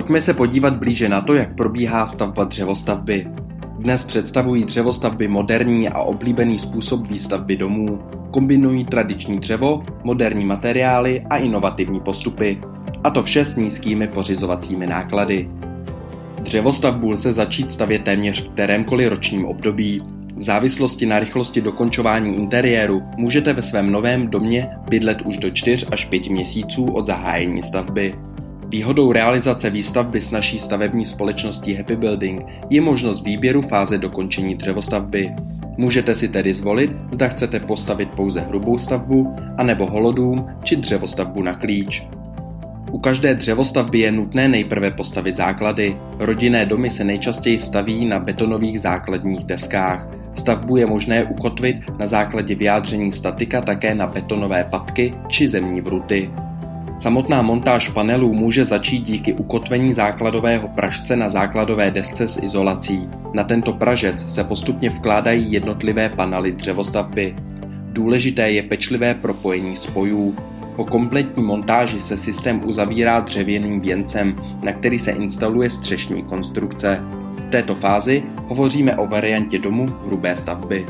Pojďme se podívat blíže na to, jak probíhá stavba dřevostavby. Dnes představují dřevostavby moderní a oblíbený způsob výstavby domů, kombinují tradiční dřevo, moderní materiály a inovativní postupy. A to vše s nízkými pořizovacími náklady. Dřevostavbu lze začít stavět téměř v kterémkoliv ročním období. V závislosti na rychlosti dokončování interiéru můžete ve svém novém domě bydlet už do 4 až 5 měsíců od zahájení stavby. Výhodou realizace výstavby s naší stavební společností Happy Building je možnost výběru fáze dokončení dřevostavby. Můžete si tedy zvolit, zda chcete postavit pouze hrubou stavbu, anebo holodům či dřevostavbu na klíč. U každé dřevostavby je nutné nejprve postavit základy. Rodinné domy se nejčastěji staví na betonových základních deskách. Stavbu je možné ukotvit na základě vyjádření statika také na betonové patky či zemní vruty. Samotná montáž panelů může začít díky ukotvení základového pražce na základové desce s izolací. Na tento pražec se postupně vkládají jednotlivé panely dřevostavby. Důležité je pečlivé propojení spojů. Po kompletní montáži se systém uzavírá dřevěným věncem, na který se instaluje střešní konstrukce. V této fázi hovoříme o variantě domu hrubé stavby.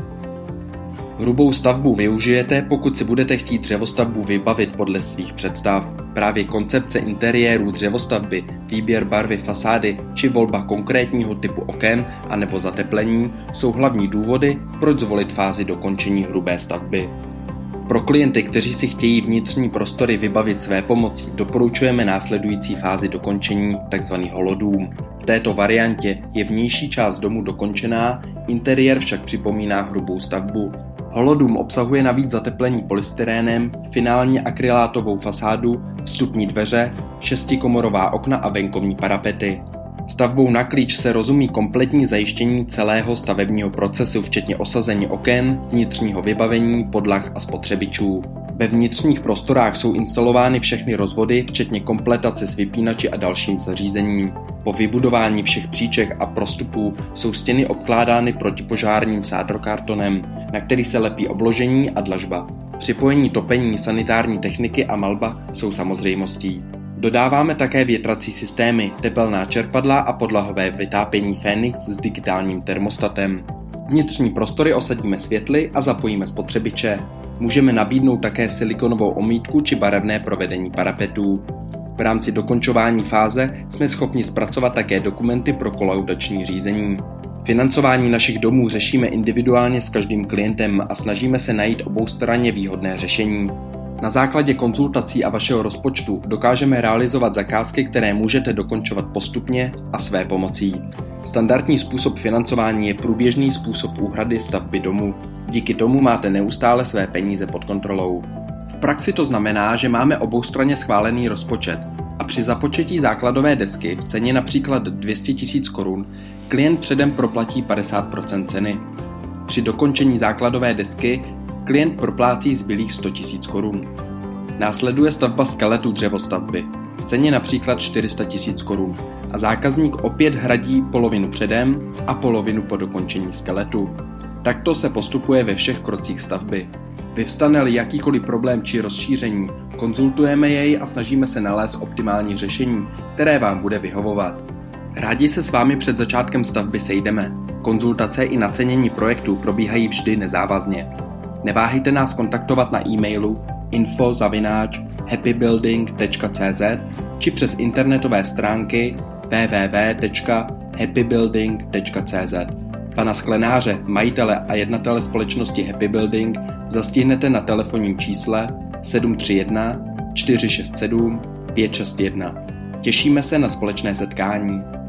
Hrubou stavbu využijete, pokud si budete chtít dřevostavbu vybavit podle svých představ. Právě koncepce interiéru dřevostavby, výběr barvy fasády či volba konkrétního typu oken anebo zateplení jsou hlavní důvody, proč zvolit fázi dokončení hrubé stavby. Pro klienty, kteří si chtějí vnitřní prostory vybavit své pomocí, doporučujeme následující fázi dokončení, tzv. holodům. V této variantě je vnější část domu dokončená, interiér však připomíná hrubou stavbu. Holodům obsahuje navíc zateplení polystyrénem, finální akrylátovou fasádu, vstupní dveře, 6komorová okna a venkovní parapety. Stavbou na klíč se rozumí kompletní zajištění celého stavebního procesu, včetně osazení oken, vnitřního vybavení, podlah a spotřebičů. Ve vnitřních prostorách jsou instalovány všechny rozvody, včetně kompletace s vypínači a dalším zařízením. Po vybudování všech příček a prostupů jsou stěny obkládány protipožárním sádrokartonem, na který se lepí obložení a dlažba. Připojení topení, sanitární techniky a malba jsou samozřejmostí. Dodáváme také větrací systémy, tepelná čerpadla a podlahové vytápění Fénix s digitálním termostatem. Vnitřní prostory osadíme světly a zapojíme spotřebiče. Můžeme nabídnout také silikonovou omítku či barevné provedení parapetů. V rámci dokončování fáze jsme schopni zpracovat také dokumenty pro kolaudační řízení. Financování našich domů řešíme individuálně s každým klientem a snažíme se najít oboustranně výhodné řešení. Na základě konzultací a vašeho rozpočtu dokážeme realizovat zakázky, které můžete dokončovat postupně a své pomocí. Standardní způsob financování je průběžný způsob úhrady stavby domu. Díky tomu máte neustále své peníze pod kontrolou. V praxi to znamená, že máme oboustranně schválený rozpočet a při započetí základové desky v ceně například 200 000 korun klient předem proplatí 50% ceny. Při dokončení základové desky klient proplácí zbylých 100 000 korun. Následuje stavba skeletu dřevostavby v ceně například 400 000 korun a zákazník opět hradí polovinu předem a polovinu po dokončení skeletu. Takto se postupuje ve všech krocích stavby. Vyvstane-li jakýkoliv problém či rozšíření, konzultujeme jej a snažíme se nalézt optimální řešení, které vám bude vyhovovat. Rádi se s vámi před začátkem stavby sejdeme. Konzultace i nacenění projektu probíhají vždy nezávazně. Neváhejte nás kontaktovat na e-mailu info@happybuilding.cz či přes internetové stránky www.happybuilding.cz. Pana Sklenáře, majitele a jednatele společnosti Happy Building, zastihnete na telefonním čísle 731 467 561. Těšíme se na společné setkání.